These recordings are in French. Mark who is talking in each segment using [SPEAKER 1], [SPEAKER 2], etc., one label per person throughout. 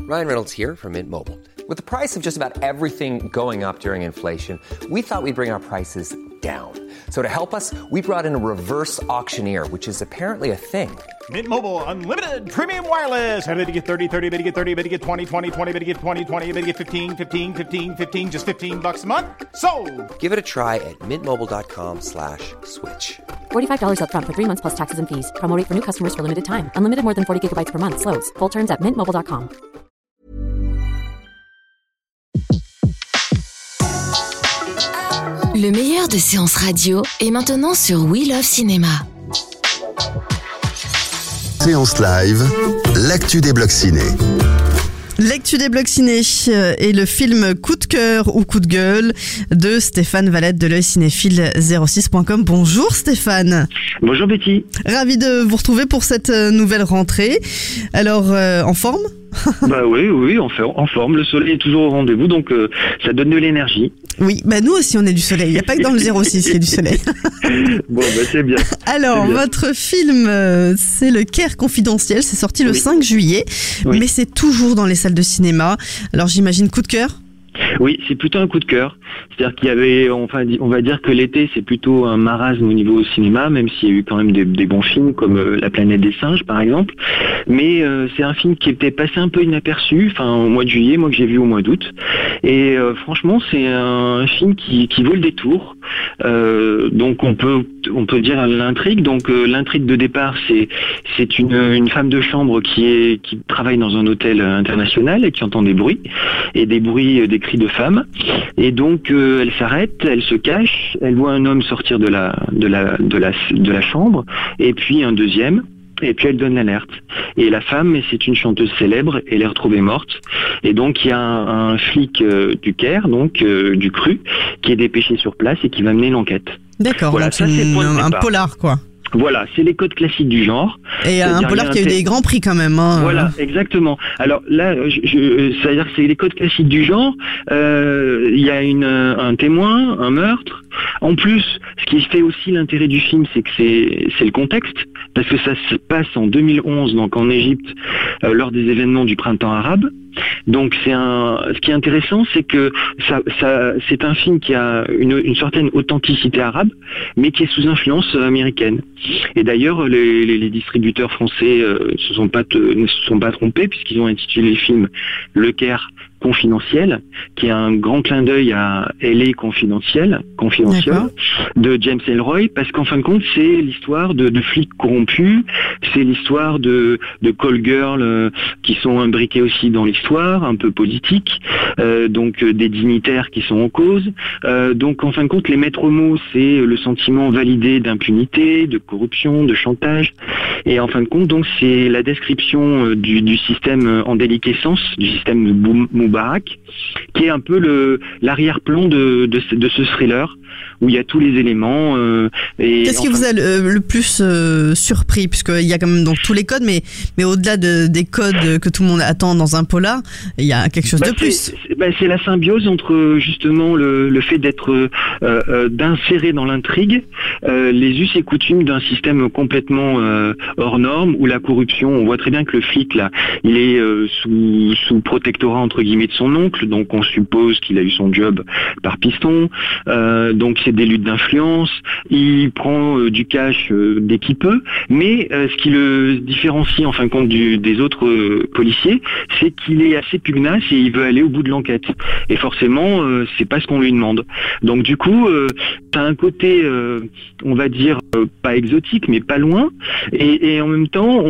[SPEAKER 1] Ryan Reynolds here from Mint Mobile. With the price of just about everything going up during inflation, we thought we'd bring our prices down. So to help us, we brought in a reverse auctioneer, which is apparently a thing.
[SPEAKER 2] Mint Mobile Unlimited Premium Wireless. How to get 30, 30, bit to get 30, bit to get 20, 20, 20, bit to get 20, 20, bit to get 15, 15, 15, 15, just $15 a month? Sold!
[SPEAKER 1] Give it a try at mintmobile.com/switch.
[SPEAKER 3] $45 up front for 3 months plus taxes and fees. Promo rate for new customers for limited time. Unlimited more than 40 gigabytes per month. Slows full terms at mintmobile.com.
[SPEAKER 4] Le meilleur de séances radio est maintenant sur We Love Cinéma.
[SPEAKER 5] Séance live, l'actu des blocs ciné.
[SPEAKER 6] L'actu des blocs ciné est le film Coup de cœur ou coup de gueule de Stéphane Valette de l'œil cinéphile 06.com. Bonjour Stéphane.
[SPEAKER 7] Bonjour Betty.
[SPEAKER 6] Ravi de vous retrouver pour cette nouvelle rentrée. Alors, en forme ?
[SPEAKER 7] Bah oui, en forme. Le soleil est toujours au rendez-vous, donc ça donne de l'énergie.
[SPEAKER 6] Oui, bah nous aussi on est du soleil. Il n'y a pas que dans le 06 qu'il y a du soleil.
[SPEAKER 7] Bon, bah c'est bien.
[SPEAKER 6] Alors,
[SPEAKER 7] c'est bien.
[SPEAKER 6] votre film, c'est Le Caire confidentiel. C'est sorti le 5 juillet,
[SPEAKER 7] Oui.
[SPEAKER 6] mais c'est toujours dans les salles de cinéma. Alors j'imagine coup de cœur ?
[SPEAKER 7] Oui, c'est plutôt un coup de cœur. C'est-à-dire qu'il y avait, on va dire que l'été, c'est plutôt un marasme au niveau cinéma, même s'il y a eu quand même des bons films comme La planète des singes, par exemple. Mais c'est un film qui était passé un peu inaperçu, au mois de juillet, moi que j'ai vu au mois d'août. Et franchement, c'est un film qui vaut le détour. Donc on peut dire l'intrigue. Donc l'intrigue de départ, c'est une femme de chambre qui travaille dans un hôtel international et qui entend des bruits des cris de femmes. Et donc elle s'arrête, elle se cache, elle voit un homme sortir de la chambre, et puis un deuxième. Et puis elle donne l'alerte. Et la femme, c'est une chanteuse célèbre, elle est retrouvée morte. Et donc il y a un flic du Caire, du CRU, qui est dépêché sur place et qui va mener l'enquête.
[SPEAKER 6] D'accord,
[SPEAKER 7] Voilà,
[SPEAKER 6] donc
[SPEAKER 7] ça, c'est le point de
[SPEAKER 6] un
[SPEAKER 7] départ.
[SPEAKER 6] polar quoi.
[SPEAKER 7] Voilà, c'est les codes classiques du genre.
[SPEAKER 6] Et un polar qui a eu des grands prix quand même. Hein.
[SPEAKER 7] Voilà, exactement. Alors là, c'est-à-dire que c'est les codes classiques du genre. Il y a un témoin, un meurtre. En plus, ce qui fait aussi l'intérêt du film, c'est que c'est le contexte, parce que ça se passe en 2011, donc en Égypte, lors des événements du printemps arabe. Donc ce qui est intéressant, c'est que c'est un film qui a une certaine authenticité arabe, mais qui est sous influence américaine. Et d'ailleurs, les distributeurs français ne se sont pas trompés, puisqu'ils ont intitulé le film Le Caire confidentiel, qui est un grand clin d'œil à LA confidentiel de James Ellroy, parce qu'en fin de compte, c'est l'histoire de flics corrompus, c'est l'histoire de call girls qui sont imbriqués aussi dans l'histoire, un peu politique, donc des dignitaires qui sont en cause. Donc en fin de compte, les maîtres mots, c'est le sentiment validé d'impunité, de corruption, de chantage. Et en fin de compte, donc c'est la description du système en déliquescence, du système de Moubarak, qui est un peu l'arrière-plan de ce thriller, où il y a tous les éléments.
[SPEAKER 6] Qu'est-ce qui vous a le plus surpris, puisqu'il y a quand même donc tous les codes, mais au-delà des codes que tout le monde attend dans un polar, il y a quelque chose de plus.
[SPEAKER 7] C'est la symbiose entre justement le fait d'être d'insérer dans l'intrigue les us et coutumes d'un système complètement hors norme, où la corruption, on voit très bien que le flic là, il est sous protectorat entre guillemets de son oncle, donc on suppose qu'il a eu son job par piston. Donc c'est des luttes d'influence, il prend du cash dès qu'il peut, mais ce qui le différencie en fin de compte des autres policiers, c'est qu'il est assez pugnace et il veut aller au bout de l'enquête. Et forcément, c'est pas ce qu'on lui demande. Donc du coup, t'as un côté, on va dire, pas exotique, mais pas loin, et en même temps,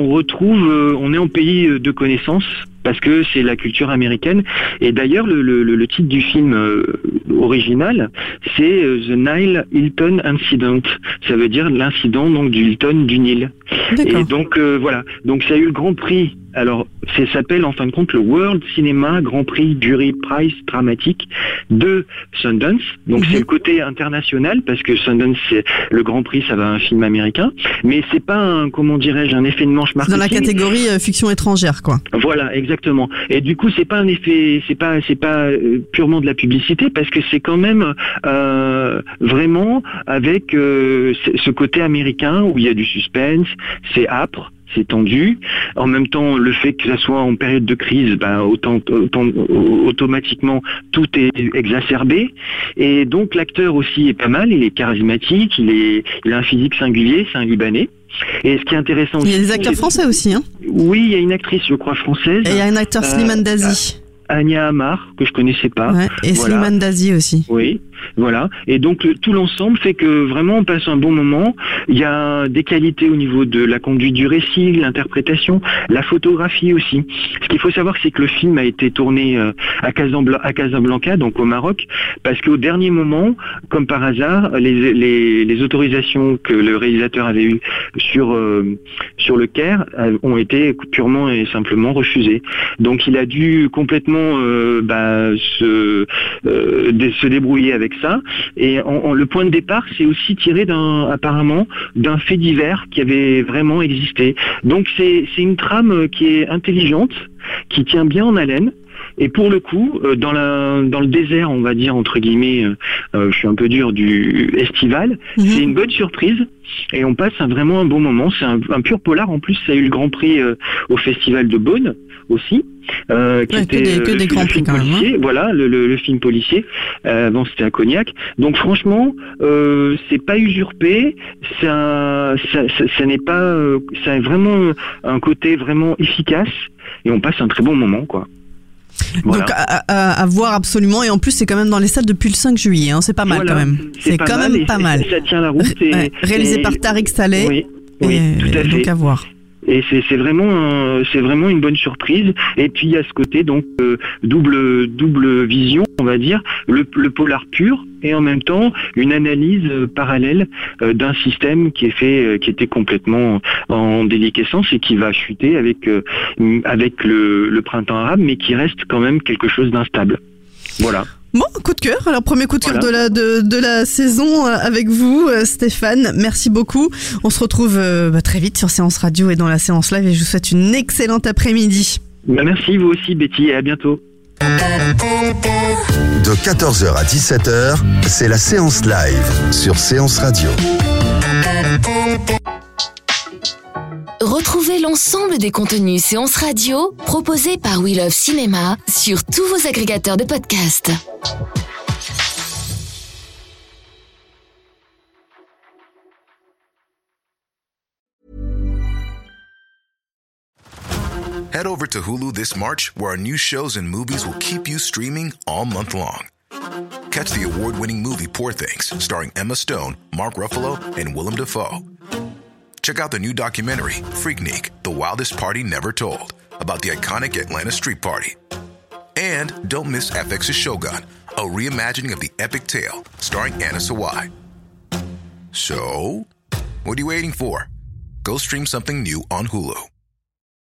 [SPEAKER 7] on est en pays de connaissance, parce que c'est la culture américaine. Et d'ailleurs, le titre du film original, c'est The Nile Hilton Incident. Ça veut dire l'incident donc du Hilton du Nil.
[SPEAKER 6] D'accord.
[SPEAKER 7] Et donc voilà. Donc ça a eu le Grand Prix. Alors, ça s'appelle en fin de compte le World Cinema Grand Prix Jury Prize Dramatique de Sundance. Donc c'est le côté international, parce que Sundance, c'est le Grand Prix, ça va à un film américain, mais c'est pas un effet de manche marketing.
[SPEAKER 6] Dans la catégorie fiction étrangère, quoi.
[SPEAKER 7] Voilà, exactement. Et du coup, c'est pas un effet, c'est pas purement de la publicité, parce que c'est quand même vraiment avec ce côté américain où il y a du suspense, c'est âpre. c'est tendu. En même temps, le fait que ça soit en période de crise, automatiquement, tout est exacerbé. Et donc, l'acteur aussi est pas mal, il est charismatique, il a un physique singulier, c'est un Libanais. Et ce qui est intéressant aussi...
[SPEAKER 6] Il y a des acteurs français aussi, hein.
[SPEAKER 7] Oui, il y a une actrice, je crois, française.
[SPEAKER 6] Et il y a un acteur Slimane Dazi.
[SPEAKER 7] Anya Amar, que je connaissais pas.
[SPEAKER 6] Ouais, et voilà. Slimane Dazi aussi.
[SPEAKER 7] Oui, voilà. Et donc tout l'ensemble fait que vraiment on passe un bon moment. Il y a des qualités au niveau de la conduite du récit, l'interprétation, la photographie aussi. Ce qu'il faut savoir, c'est que le film a été tourné à Casablanca, donc au Maroc, parce qu'au dernier moment, comme par hasard, les autorisations que le réalisateur avait eues sur le Caire ont été purement et simplement refusées. Donc il a dû complètement se débrouiller avec ça. Et le point de départ, c'est aussi tiré apparemment d'un fait divers qui avait vraiment existé. Donc c'est une trame qui est intelligente, qui tient bien en haleine. Et pour le coup, dans le désert, on va dire entre guillemets, je suis un peu dur, du estival, c'est une bonne surprise et on passe vraiment un bon moment. C'est un pur polar. En plus, ça a eu le Grand Prix au Festival de Beaune aussi, qui était
[SPEAKER 6] que des grands prix quand même. Hein.
[SPEAKER 7] Voilà, le film policier. Bon, c'était à Cognac. Donc franchement, c'est pas usurpé. Ça n'est pas. Ça a vraiment un côté vraiment efficace et on passe un très bon moment, quoi. Voilà.
[SPEAKER 6] Donc à voir absolument, et en plus c'est quand même dans les salles depuis le 5 juillet, hein. C'est pas mal, voilà, quand même. C'est quand même pas mal.
[SPEAKER 7] Ça tient la route.
[SPEAKER 6] Réalisé par Tariq Saleh.
[SPEAKER 7] Oui, tout à fait.
[SPEAKER 6] Donc à voir.
[SPEAKER 7] Et c'est vraiment une bonne surprise. Et puis il y a ce côté donc double vision, on va dire, le polar pur et en même temps une analyse parallèle d'un système qui était complètement en déliquescence et qui va chuter avec le printemps arabe, mais qui reste quand même quelque chose d'instable. Voilà.
[SPEAKER 6] Bon, coup de cœur. Alors, premier coup de cœur de la saison avec vous, Stéphane. Merci beaucoup. On se retrouve très vite sur Séance Radio et dans la séance live, et je vous souhaite une excellente après-midi.
[SPEAKER 7] Merci, vous aussi, Betty, et à bientôt.
[SPEAKER 5] De 14h à 17h, c'est la séance live sur Séance Radio.
[SPEAKER 4] Retrouvez l'ensemble des contenus Séance Radio proposés par We Love Cinéma sur tous vos agrégateurs de podcasts.
[SPEAKER 8] Head over to Hulu this March, where our new shows and movies will keep you streaming all month long. Catch the award-winning movie Poor Things, starring Emma Stone, Mark Ruffalo, and Willem Dafoe. Check out the new documentary, Freaknik, The Wildest Party Never Told, about the iconic Atlanta Street Party. And don't miss FX's Shogun, a reimagining of the epic tale, starring Anna Sawai. So, what are you waiting for? Go stream something new on Hulu.